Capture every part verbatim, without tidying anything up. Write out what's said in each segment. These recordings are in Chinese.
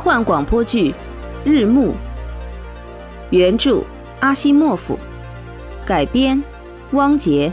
幻广播剧《日暮》，原著阿西莫夫，改编汪杰。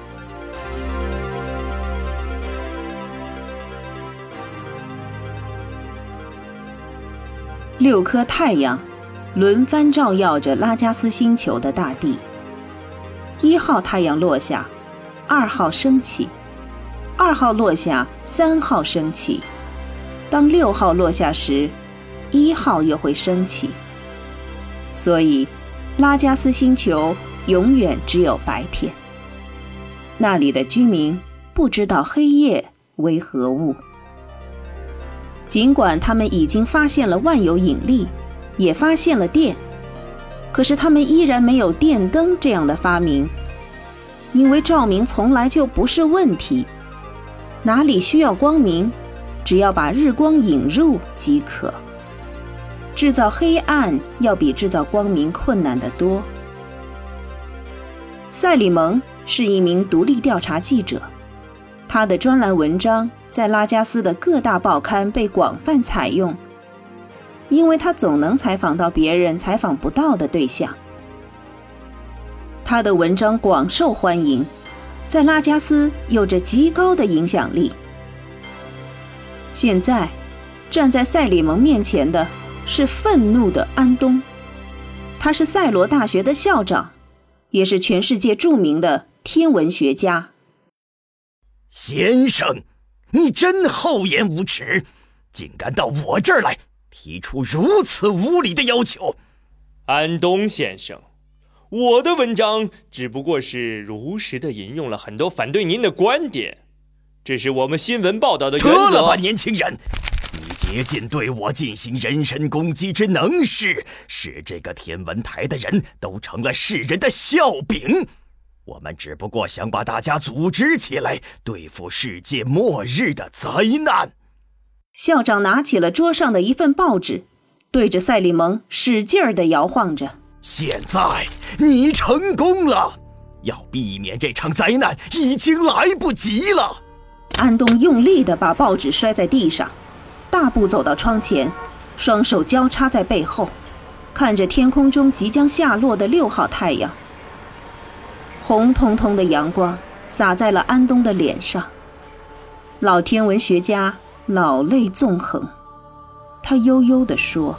六颗太阳轮番照耀着拉加斯星球的大地。一号太阳落下，二号升起，二号落下，三号升起。当六号落下时，一号又会升起。所以拉加斯星球永远只有白天。那里的居民不知道黑夜为何物。尽管他们已经发现了万有引力，也发现了电，可是他们依然没有电灯这样的发明，因为照明从来就不是问题。哪里需要光明，只要把日光引入即可。制造黑暗要比制造光明困难得多。塞里蒙是一名独立调查记者，他的专栏文章在拉加斯的各大报刊被广泛采用，因为他总能采访到别人采访不到的对象。他的文章广受欢迎，在拉加斯有着极高的影响力。现在站在塞里蒙面前的是愤怒的安东，他是塞罗大学的校长，也是全世界著名的天文学家。 先生，你真厚颜无耻，竟敢到我这儿来提出如此无理的要求。 安东先生，我的文章只不过是如实地引用了很多反对您的观点，这是我们新闻报道的原则。 得了吧，年轻人，你竭尽对我进行人身攻击之能事，使这个天文台的人都成了世人的笑柄。我们只不过想把大家组织起来，对付世界末日的灾难。 校长拿起了桌上的一份报纸，对着塞里蒙使劲儿地摇晃着。 现在你成功了，要避免这场灾难已经来不及了。 安东用力地把报纸摔在地上，大步走到窗前，双手交叉在背后，看着天空中即将下落的六号太阳。红彤彤的阳光洒在了安东的脸上，老天文学家老泪纵横，他悠悠地说：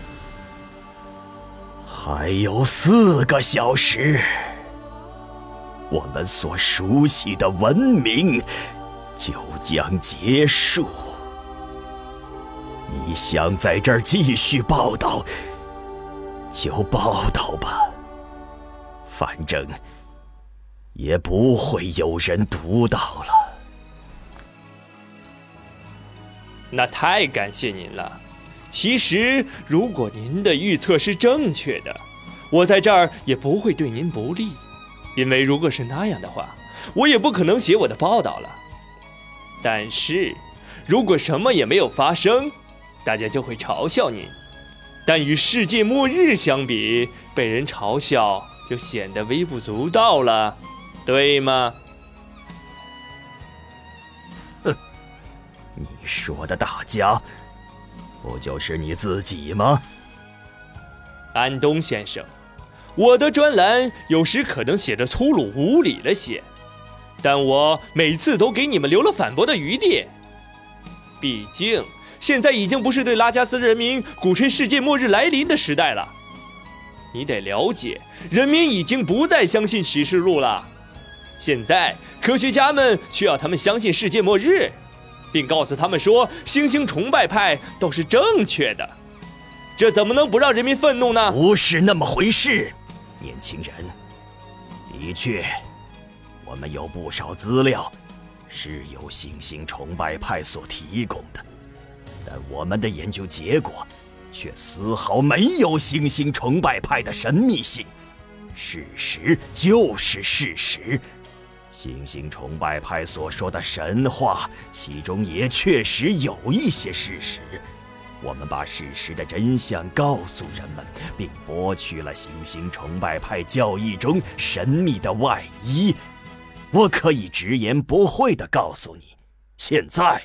还有四个小时，我们所熟悉的文明就将结束。你想在这儿继续报道，就报道吧，反正也不会有人读到了。 那太感谢您了。其实如果您的预测是正确的，我在这儿也不会对您不利，因为如果是那样的话，我也不可能写我的报道了。但是如果什么也没有发生，大家就会嘲笑您，但与世界末日相比，被人嘲笑就显得微不足道了，对吗？ 哼，你说的大家不就是你自己吗？ 安东先生，我的专栏有时可能写得粗鲁无礼了些，但我每次都给你们留了反驳的余地。毕竟现在已经不是对拉加斯人民鼓吹世界末日来临的时代了。你得了解，人民已经不再相信启示录了。现在科学家们需要他们相信世界末日，并告诉他们说星星崇拜派都是正确的。这怎么能不让人民愤怒呢？ 不是那么回事，年轻人。的确，我们有不少资料是由星星崇拜派所提供的，但我们的研究结果却丝毫没有星星崇拜派的神秘性。事实就是事实，星星崇拜派所说的神话，其中也确实有一些事实。我们把事实的真相告诉人们，并剥去了星星崇拜派教义中神秘的外衣。我可以直言不讳地告诉你，现在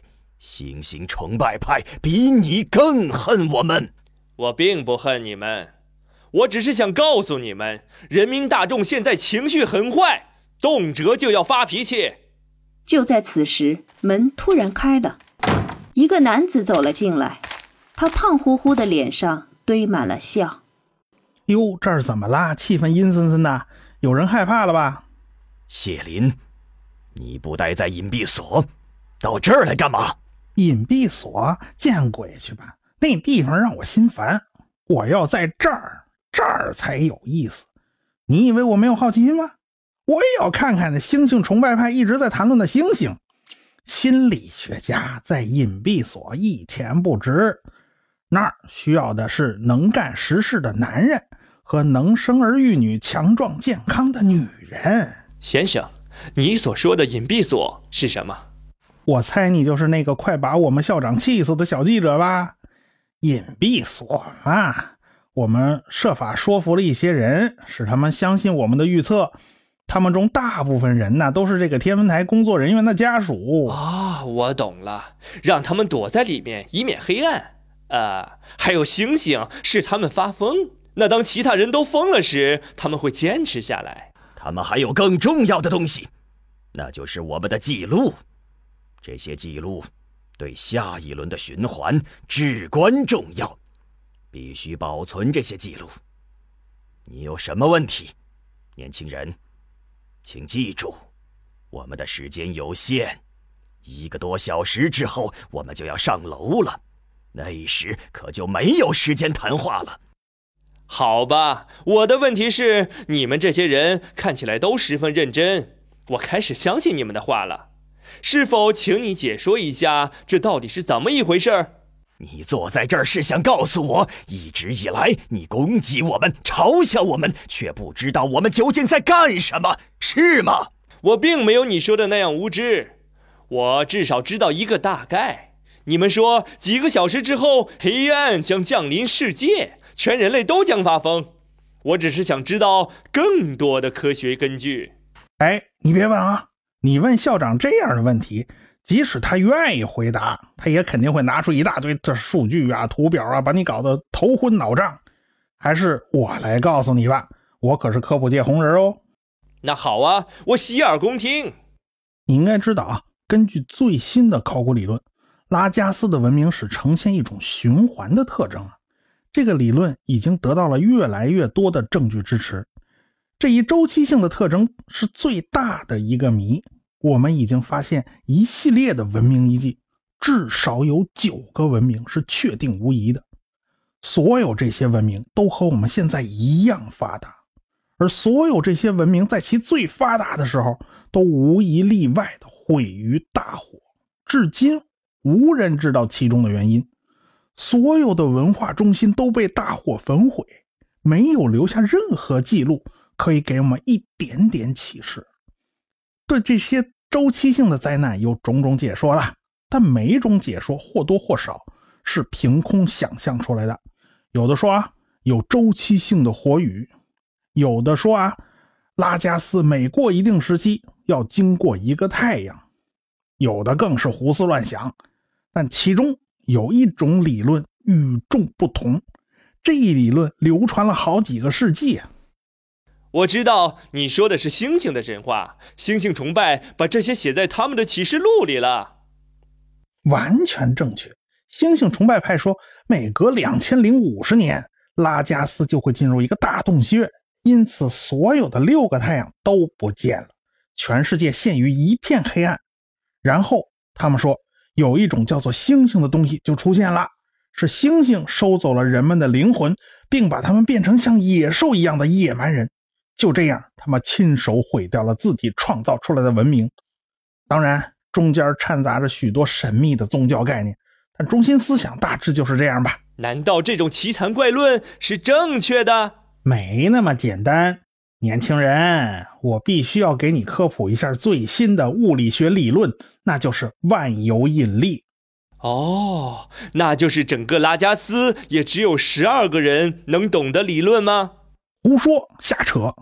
星星崇拜派比你更恨我们。 我并不恨你们，我只是想告诉你们，人民大众现在情绪很坏，动辄就要发脾气。 就在此时，门突然开了，一个男子走了进来，他胖乎乎的脸上堆满了笑。 哟，这儿怎么啦？气氛阴森森的，有人害怕了吧？ 谢林，你不待在隐蔽所，到这儿来干嘛？ 隐蔽所？见鬼去吧！那地方让我心烦，我要在这儿，这儿才有意思。你以为我没有好奇心吗？我也要看看那星星崇拜派一直在谈论的星星。心理学家在隐蔽所一钱不值，那儿需要的是能干实事的男人和能生儿育女、强壮健康的女人。 先生，你所说的隐蔽所是什么？ 我猜你就是那个快把我们校长气死的小记者吧？隐蔽所啊，我们设法说服了一些人，使他们相信我们的预测。他们中大部分人呢，都是这个天文台工作人员的家属。 啊，我懂了，让他们躲在里面，以免黑暗。呃，还有星星是他们发疯，那当其他人都疯了时，他们会坚持下来。 他们还有更重要的东西，那就是我们的记录。这些记录对下一轮的循环至关重要，必须保存这些记录。你有什么问题，年轻人？请记住，我们的时间有限，一个多小时之后我们就要上楼了，那时可就没有时间谈话了。 好吧，我的问题是，你们这些人看起来都十分认真，我开始相信你们的话了。是否请你解说一下，这到底是怎么一回事？ 你坐在这儿是想告诉我，一直以来你攻击我们，嘲笑我们，却不知道我们究竟在干什么，是吗？ 我并没有你说的那样无知，我至少知道一个大概。你们说几个小时之后，黑暗将降临世界，全人类都将发疯。我只是想知道更多的科学根据。 哎，你别问啊，你问校长这样的问题，即使他愿意回答，他也肯定会拿出一大堆这数据啊、图表啊，把你搞得头昏脑胀。还是我来告诉你吧，我可是科普界红人哦。 那好啊，我洗耳恭听。 你应该知道啊，根据最新的考古理论，拉加斯的文明史呈现一种循环的特征啊。这个理论已经得到了越来越多的证据支持。这一周期性的特征是最大的一个谜。我们已经发现一系列的文明遗迹，至少有九个文明是确定无疑的。所有这些文明都和我们现在一样发达，而所有这些文明在其最发达的时候，都无一例外的毁于大火。至今无人知道其中的原因。所有的文化中心都被大火焚毁，没有留下任何记录可以给我们一点点启示。对这些周期性的灾难有种种解说了，但每一种解说或多或少是凭空想象出来的。有的说啊，有周期性的火雨；有的说啊，拉加斯每过一定时期要经过一个太阳；有的更是胡思乱想。但其中有一种理论与众不同，这一理论流传了好几个世纪啊。 我知道你说的是星星的神话，星星崇拜把这些写在他们的启示录里了。 完全正确。星星崇拜派说，每隔两千零五十年，拉加斯就会进入一个大洞穴，因此所有的六个太阳都不见了，全世界陷于一片黑暗。然后他们说，有一种叫做星星的东西就出现了，是星星收走了人们的灵魂，并把他们变成像野兽一样的野蛮人。就这样，他们亲手毁掉了自己创造出来的文明。当然，中间掺杂着许多神秘的宗教概念，但中心思想大致就是这样吧。 难道这种奇谈怪论是正确的？ 没那么简单。年轻人，我必须要给你科普一下最新的物理学理论，那就是万有引力。 哦，那就是整个拉加斯也只有十二个人能懂的理论吗？ 胡说，瞎扯。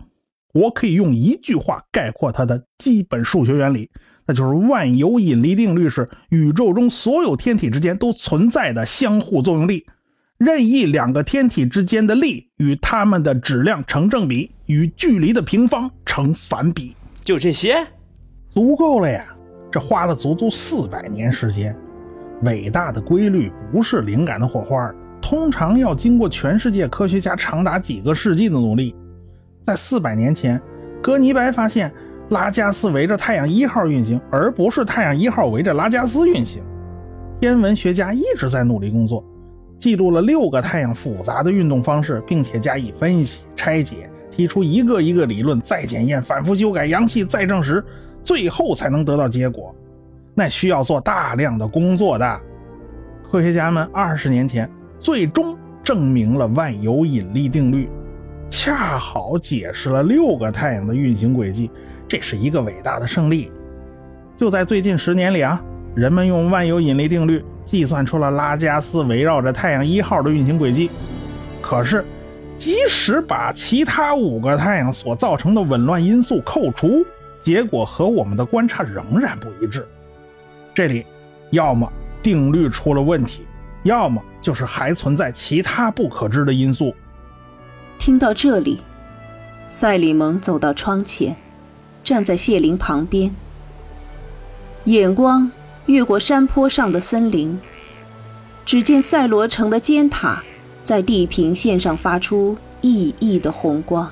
我可以用一句话概括它的基本数学原理，那就是万有引力定律是宇宙中所有天体之间都存在的相互作用力，任意两个天体之间的力与它们的质量成正比，与距离的平方成反比。 就这些？ 足够了呀，这花了足足四百年时间。伟大的规律不是灵感的火花，通常要经过全世界科学家长达几个世纪的努力。在四百年前，哥尼白发现拉加斯围着太阳一号运行，而不是太阳一号围着拉加斯运行。天文学家一直在努力工作，记录了六个太阳复杂的运动方式，并且加以分析拆解，提出一个一个理论，再检验，反复修改，扬弃，再证实，最后才能得到结果。那需要做大量的工作的。科学家们二十年前最终证明了万有引力定律，恰好解释了六个太阳的运行轨迹，这是一个伟大的胜利。就在最近十年里啊，人们用万有引力定律计算出了拉加斯围绕着太阳一号的运行轨迹。可是即使把其他五个太阳所造成的紊乱因素扣除，结果和我们的观察仍然不一致。这里要么定律出了问题，要么就是还存在其他不可知的因素。 听到这里，赛里蒙走到窗前，站在谢林旁边，眼光越过山坡上的森林，只见赛罗城的尖塔在地平线上发出熠熠的红光。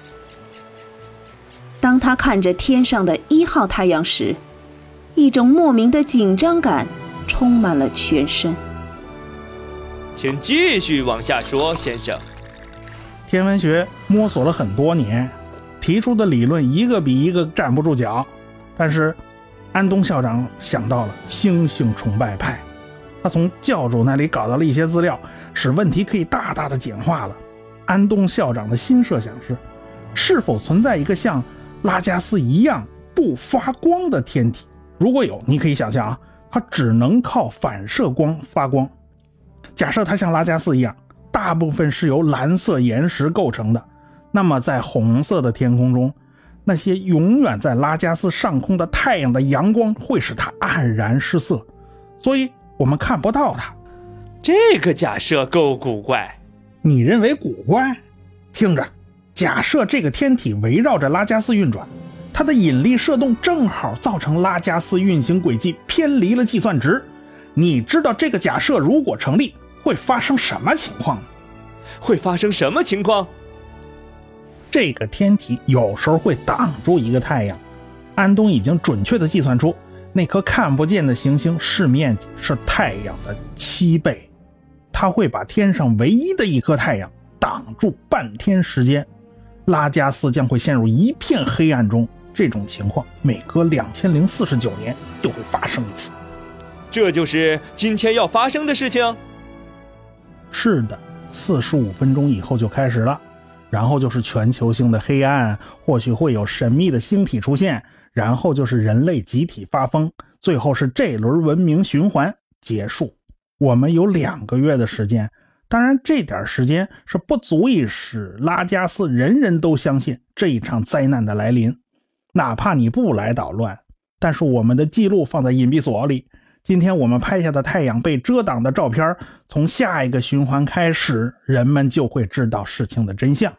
当他看着天上的一号太阳时，一种莫名的紧张感充满了全身。 请继续往下说，先生。 天文学摸索了很多年，提出的理论一个比一个站不住脚，但是安东校长想到了星星崇拜派，他从教主那里搞到了一些资料，使问题可以大大的简化了。安东校长的新设想是，是否存在一个像拉加斯一样不发光的天体？如果有，你可以想象啊，它只能靠反射光发光。假设它像拉加斯一样，大部分是由蓝色岩石构成的，那么在红色的天空中，那些永远在拉加斯上空的太阳的阳光会使它黯然失色，所以我们看不到它。 这个假设够古怪。 你认为古怪？听着，假设这个天体围绕着拉加斯运转，它的引力射动正好造成拉加斯运行轨迹偏离了计算值。你知道这个假设如果成立会发生什么情况吗？ 会发生什么情况？ 这个天体有时候会挡住一个太阳。安东已经准确地计算出，那颗看不见的行星视面积是太阳的七倍，它会把天上唯一的一颗太阳挡住半天时间，拉加斯将会陷入一片黑暗中。这种情况每隔两千零四十九年就会发生一次。 这就是今天要发生的事情？ 是的，四十五分钟以后就开始了，然后就是全球性的黑暗，或许会有神秘的星体出现，然后就是人类集体发疯，最后是这轮文明循环结束。我们有两个月的时间，当然这点时间是不足以使拉加斯人人都相信这一场灾难的来临。哪怕你不来捣乱，但是我们的记录放在隐蔽所里，今天我们拍下的太阳被遮挡的照片，从下一个循环开始，人们就会知道事情的真相。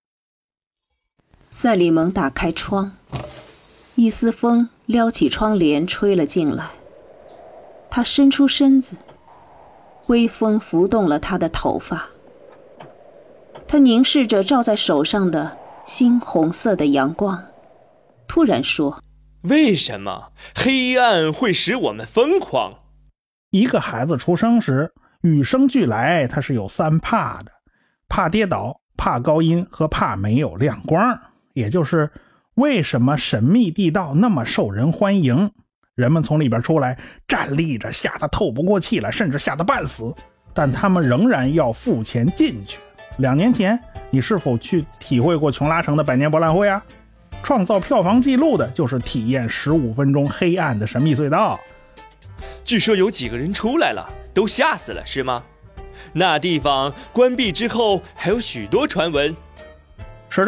赛里蒙打开窗，一丝风撩起窗帘吹了进来，他伸出身子，微风拂动了他的头发。他凝视着照在手上的猩红色的阳光，突然说： 为什么黑暗会使我们疯狂？ 一个孩子出生时，与生俱来他是有三怕的，怕跌倒，怕高音和怕没有亮光。也就是为什么神秘地道那么受人欢迎，人们从里边出来站立着，吓得透不过气来，甚至吓得半死，但他们仍然要付钱进去。两年前你是否去体会过琼拉城的百年博览会啊？创造票房纪录的就是体验十五分钟黑暗的神秘隧道。 据说有几个人出来了，都吓死了，是吗？那地方关闭之后还有许多传闻。 是的，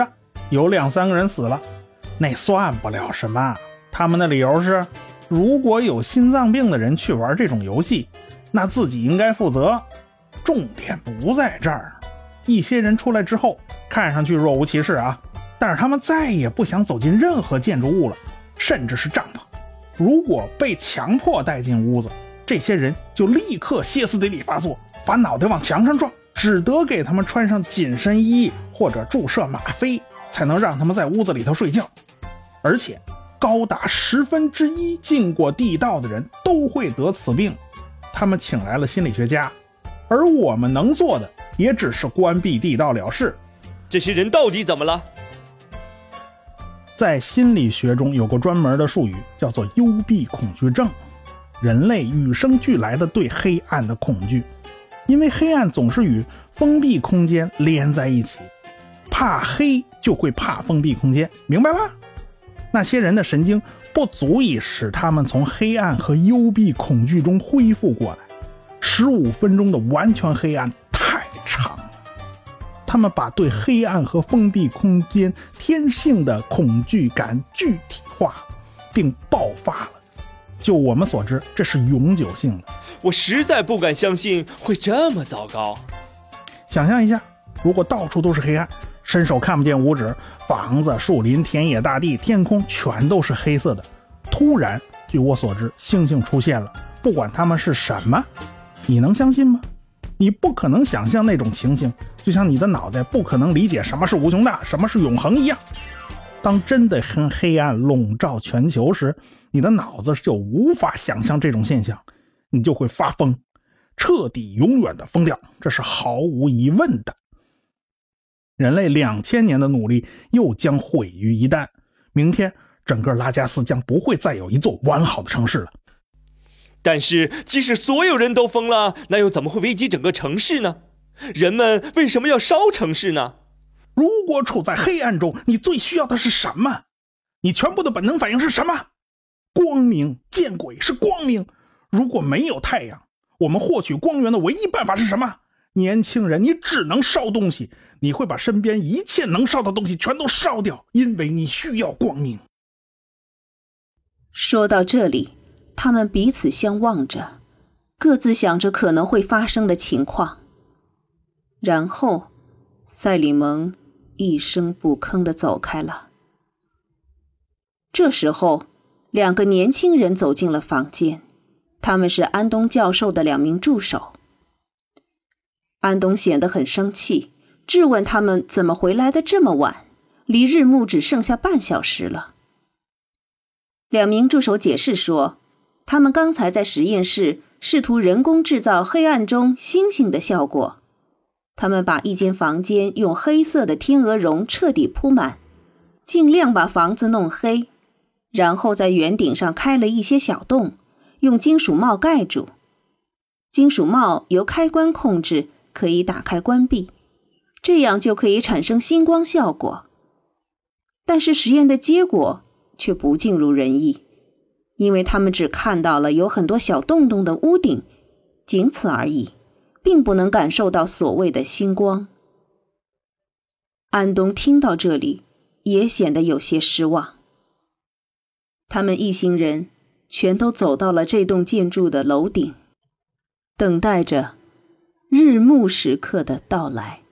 有两三个人死了，那算不了什么。他们的理由是，如果有心脏病的人去玩这种游戏，那自己应该负责。重点不在这儿。一些人出来之后，看上去若无其事啊，但是他们再也不想走进任何建筑物了，甚至是帐篷。如果被强迫带进屋子，这些人就立刻歇斯底里发作，把脑袋往墙上撞，只得给他们穿上紧身衣或者注射吗啡，才能让他们在屋子里头睡觉。而且高达十分之一进过地道的人都会得此病。他们请来了心理学家，而我们能做的也只是关闭地道了事。 这些人到底怎么了？ 在心理学中有个专门的术语，叫做幽闭恐惧症。人类与生俱来的对黑暗的恐惧，因为黑暗总是与封闭空间连在一起，怕黑就会怕封闭空间，明白了？那些人的神经不足以使他们从黑暗和幽闭恐惧中恢复过来，十五分钟的完全黑暗太长了。他们把对黑暗和封闭空间天性的恐惧感具体化并爆发了。就我们所知，这是永久性的。 我实在不敢相信会这么糟糕。 想象一下，如果到处都是黑暗，伸手看不见五指，房子、树林、田野、大地、天空全都是黑色的，突然据我所知星星出现了，不管它们是什么，你能相信吗？你不可能想象那种情形，就像你的脑袋不可能理解什么是无穷大，什么是永恒一样。当真的黑黑暗笼罩全球时，你的脑子就无法想象这种现象，你就会发疯，彻底永远的疯掉，这是毫无疑问的。人类两千年的努力又将毁于一旦，明天整个拉加斯将不会再有一座完好的城市了。 但是即使所有人都疯了，那又怎么会危及整个城市呢？人们为什么要烧城市呢？ 如果处在黑暗中，你最需要的是什么？你全部的本能反应是什么？光明，见鬼，是光明。如果没有太阳，我们获取光源的唯一办法是什么？年轻人，你只能烧东西，你会把身边一切能烧的东西全都烧掉，因为你需要光明。 说到这里，他们彼此相望着，各自想着可能会发生的情况。然后赛里蒙一声不吭地走开了。这时候两个年轻人走进了房间，他们是安东教授的两名助手。安东显得很生气，质问他们怎么回来的这么晚，离日暮只剩下半小时了。两名助手解释说，他们刚才在实验室试图人工制造黑暗中星星的效果。他们把一间房间用黑色的天鹅绒彻底铺满，尽量把房子弄黑，然后在圆顶上开了一些小洞，用金属帽盖住。金属帽由开关控制，可以打开关闭，这样就可以产生星光效果。但是实验的结果却不尽如人意，因为他们只看到了有很多小洞洞的屋顶，仅此而已，并不能感受到所谓的星光。安东听到这里，也显得有些失望。他们一行人全都走到了这栋建筑的楼顶，等待着日暮时刻的到来。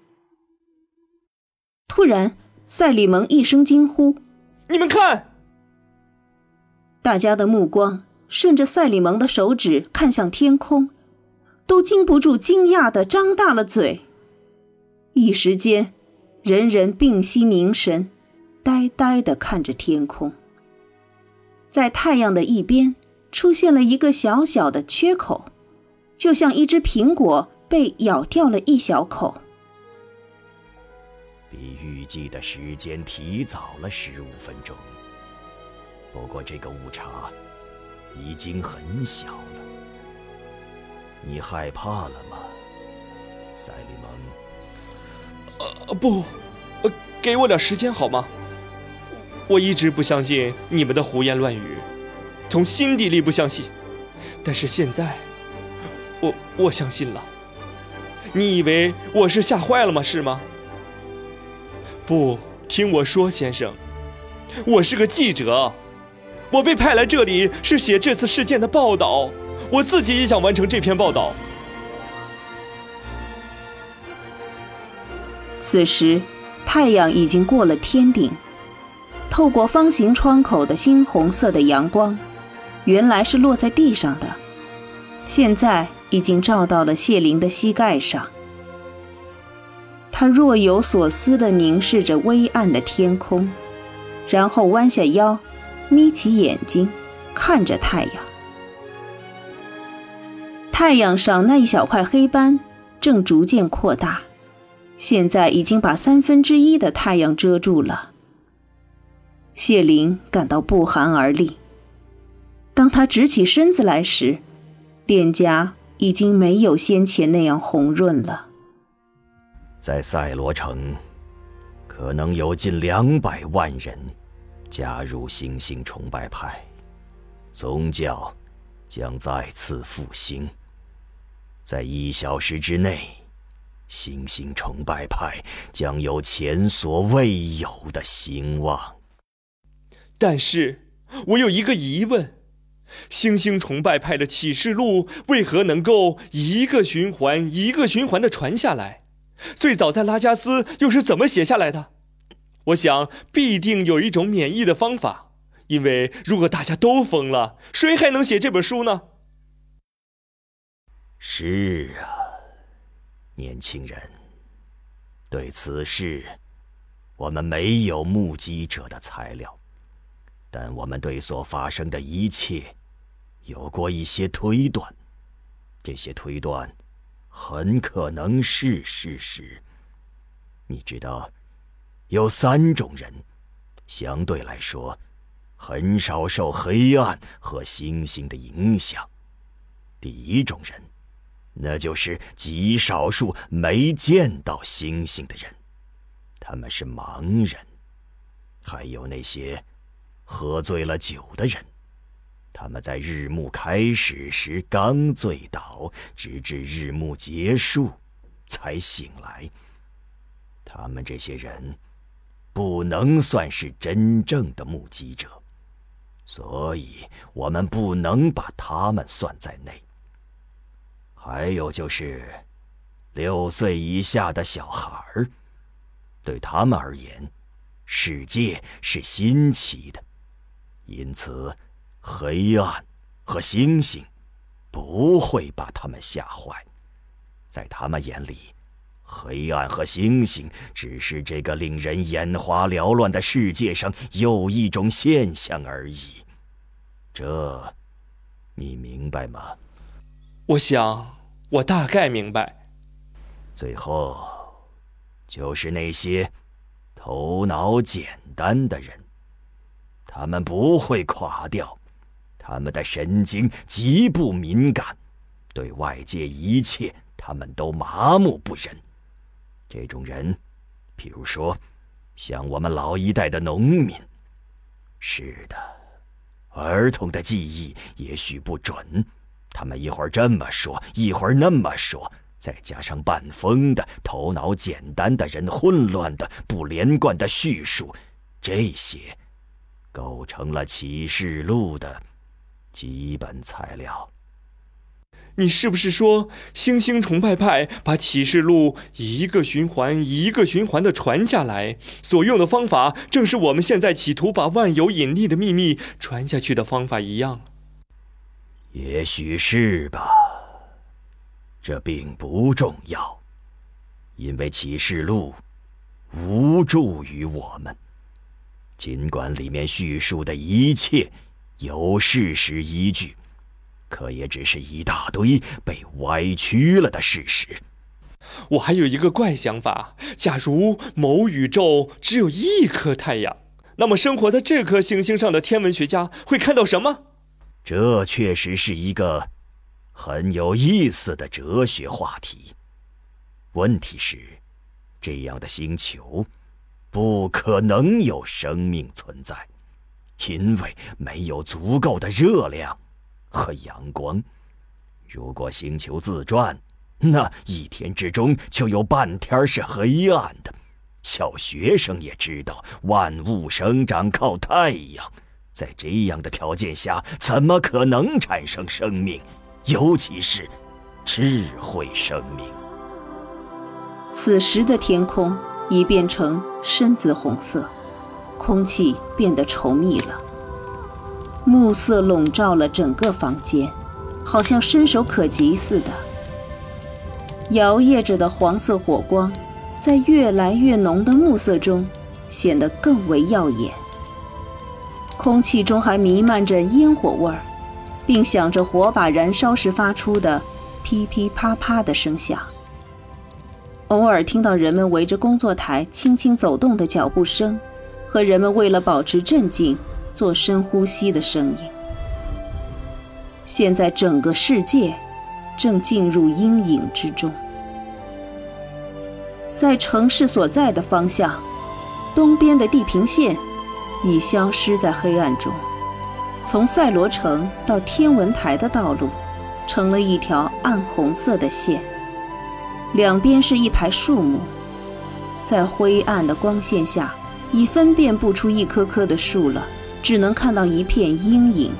突然，赛里蒙一声惊呼：“ 你们看！” 大家的目光顺着赛里蒙的手指看向天空，都禁不住惊讶地张大了嘴。一时间，人人屏息凝神，呆呆地看着天空。在太阳的一边出现了一个小小的缺口，就像一只苹果被咬掉了一小口。 比预计的时间提早了十五分钟，不过这个误差已经很小了。你害怕了吗，赛里蒙？ 呃，不，呃，给我点时间好吗？我一直不相信你们的胡言乱语，从心底里不相信。但是现在，我我相信了。你以为我是吓坏了吗？是吗？不， 听我说，先生，我是个记者，我被派来这里是写这次事件的报道，我自己也想完成这篇报道。 此时，太阳已经过了天顶，透过方形窗口的猩红色的阳光，原来是落在地上的，现在已经照到了谢灵的膝盖上。他若有所思地凝视着微暗的天空，然后弯下腰，眯起眼睛，看着太阳。太阳上那一小块黑斑正逐渐扩大，现在已经把三分之一的太阳遮住了。谢灵感到不寒而栗。当他直起身子来时，脸颊已经没有先前那样红润了。 在赛罗城，可能有近两百万人加入星星崇拜派，宗教将再次复兴。在一小时之内，星星崇拜派将有前所未有的兴旺。 但是，我有一个疑问：星星崇拜派的启示录为何能够一个循环一个循环地传下来？最早在拉加斯又是怎么写下来的？我想必定有一种免疫的方法，因为如果大家都疯了，谁还能写这本书呢？ 是啊，年轻人，对此事我们没有目击者的材料，但我们对所发生的一切有过一些推断，这些推断很可能是事实。你知道，有三种人，相对来说，很少受黑暗和星星的影响。第一种人，那就是极少数没见到星星的人，他们是盲人。还有那些喝醉了酒的人，他们在日暮开始时刚醉倒，直至日暮结束才醒来。他们这些人不能算是真正的目击者，所以我们不能把他们算在内。还有就是六岁以下的小孩，对他们而言，世界是新奇的，因此黑暗和星星不会把他们吓坏。在他们眼里，黑暗和星星只是这个令人眼花缭乱的世界上又一种现象而已。这，你明白吗？ 我想，我大概明白。 最后，就是那些头脑简单的人，他们不会垮掉，他们的神经极不敏感，对外界一切他们都麻木不仁。这种人，譬如说，像我们老一代的农民。是的，儿童的记忆也许不准，他们一会儿这么说，一会儿那么说，再加上半疯的、头脑简单的人混乱的、不连贯的叙述，这些构成了启示录的基本材料。 你是不是说，星星崇拜派把启示录一个循环一个循环地传下来，所用的方法正是我们现在企图把万有引力的秘密传下去的方法一样？ 也许是吧，这并不重要，因为启示录无助于我们。尽管里面叙述的一切有事实依据，可也只是一大堆被歪曲了的事实。 我还有一个怪想法，假如某宇宙只有一颗太阳，那么生活在这颗行星上的天文学家会看到什么？ 这确实是一个很有意思的哲学话题。问题是，这样的星球不可能有生命存在，因为没有足够的热量和阳光。如果星球自转，那一天之中就有半天是黑暗的， 小学生也知道万物生长靠太阳，在这样的条件下，怎么可能产生生命，尤其是智慧生命？ 此时的天空已变成深紫红色，空气变得稠密了，暮色笼罩了整个房间，好像伸手可及似的。摇曳着的黄色火光在越来越浓的暮色中显得更为耀眼，空气中还弥漫着烟火味儿，并响着火把燃烧时发出的噼噼啪啪的声响。偶尔听到人们围着工作台轻轻走动的脚步声，和人们为了保持镇静做深呼吸的声音。现在整个世界正进入阴影之中。在城市所在的方向，东边的地平线已消失在黑暗中，从赛罗城到天文台的道路成了一条暗红色的线，两边是一排树木，在灰暗的光线下已分辨不出一棵棵的树了，只能看到一片阴影。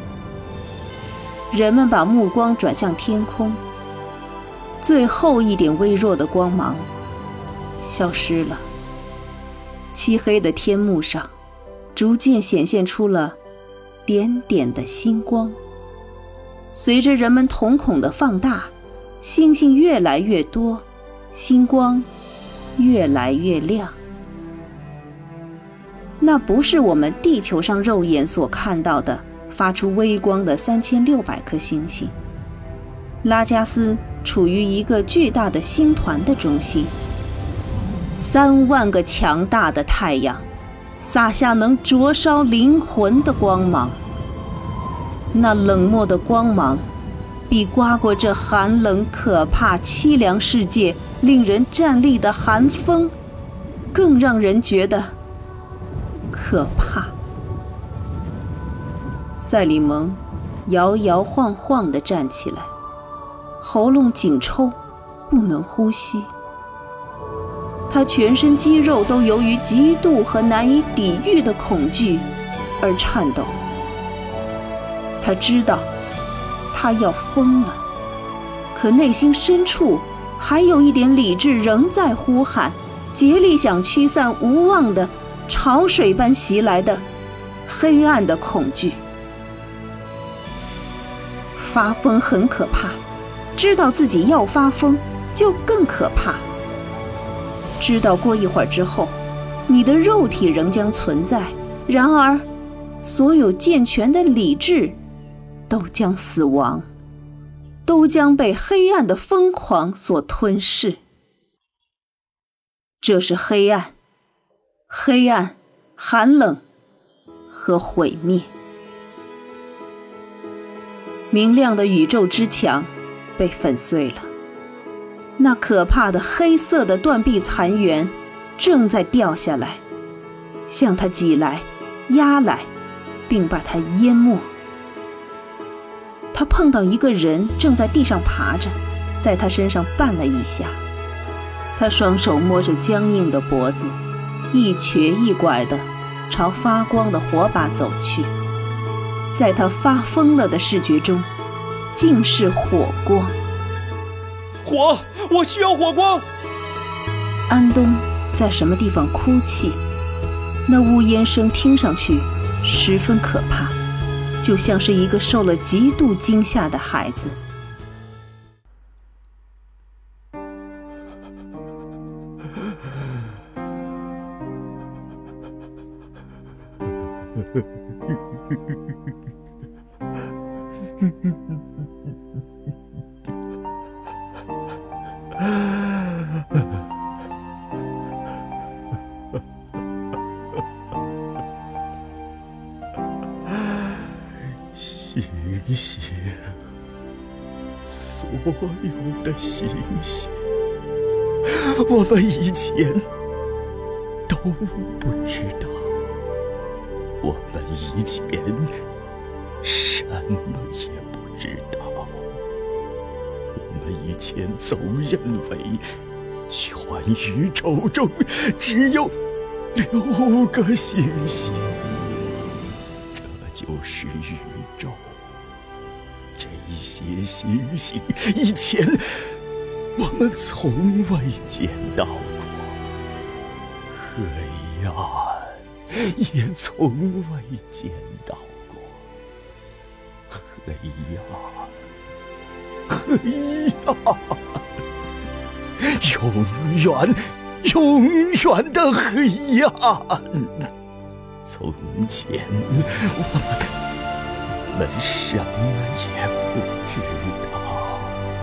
人们把目光转向天空，最后一点微弱的光芒消失了，漆黑的天幕上逐渐显现出了点点的星光。随着人们瞳孔的放大，星星越来越多，星光越来越亮。那不是我们地球上肉眼所看到的发出微光的三千六百颗星星。拉加斯处于一个巨大的星团的中心，三万个强大的太阳洒下能灼烧灵魂的光芒。那冷漠的光芒比刮过这寒冷可怕凄凉世界令人战栗的寒风更让人觉得可怕。赛里蒙摇摇晃晃地站起来，喉咙紧抽，不能呼吸。他全身肌肉都由于极度和难以抵御的恐惧而颤抖。他知道他要疯了，可内心深处还有一点理智仍在呼喊，竭力想驱散无望的潮水般袭来的黑暗的恐惧。发疯很可怕，知道自己要发疯就更可怕。知道过一会儿之后，你的肉体仍将存在，然而所有健全的理智都将死亡，都将被黑暗的疯狂所吞噬。这是黑暗，黑暗、寒冷和毁灭。明亮的宇宙之墙被粉碎了，那可怕的黑色的断壁残垣正在掉下来，向他挤来、压来，并把他淹没。他碰到一个人正在地上爬着，在他身上绊了一下。他双手摸着僵硬的脖子，一瘸一拐地朝发光的火把走去。在他发疯了的视觉中，尽是火光。 火！我需要火光！ 安东在什么地方哭泣？那呜咽声听上去十分可怕，就像是一个受了极度惊吓的孩子。 星星，所有的星星，我们以前都不知道，我们以前什么也不知道，我们以前总认为全宇宙中只有六个星星，这就是宇宙。这些星星以前我们从未见到过，黑暗也从未见到过。黑暗，黑暗，永远永远的黑暗。从前我们我们什么也不知道。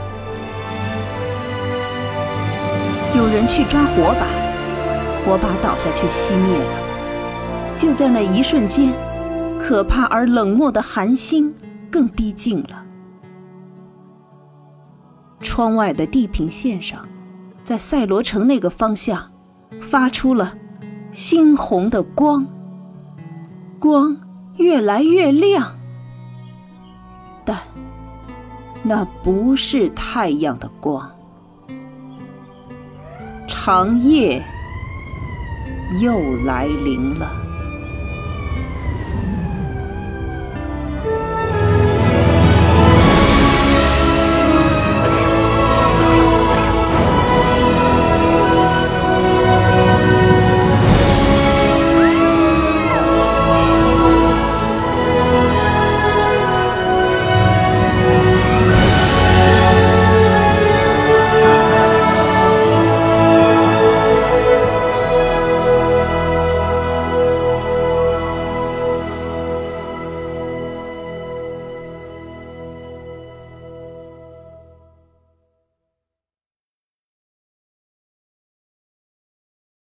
有人去抓火把，火把倒下去熄灭了。就在那一瞬间，可怕而冷漠的寒星更逼近了。窗外的地平线上，在赛罗城那个方向发出了猩红的光，光越来越亮，但那不是太阳的光。长夜又来临了。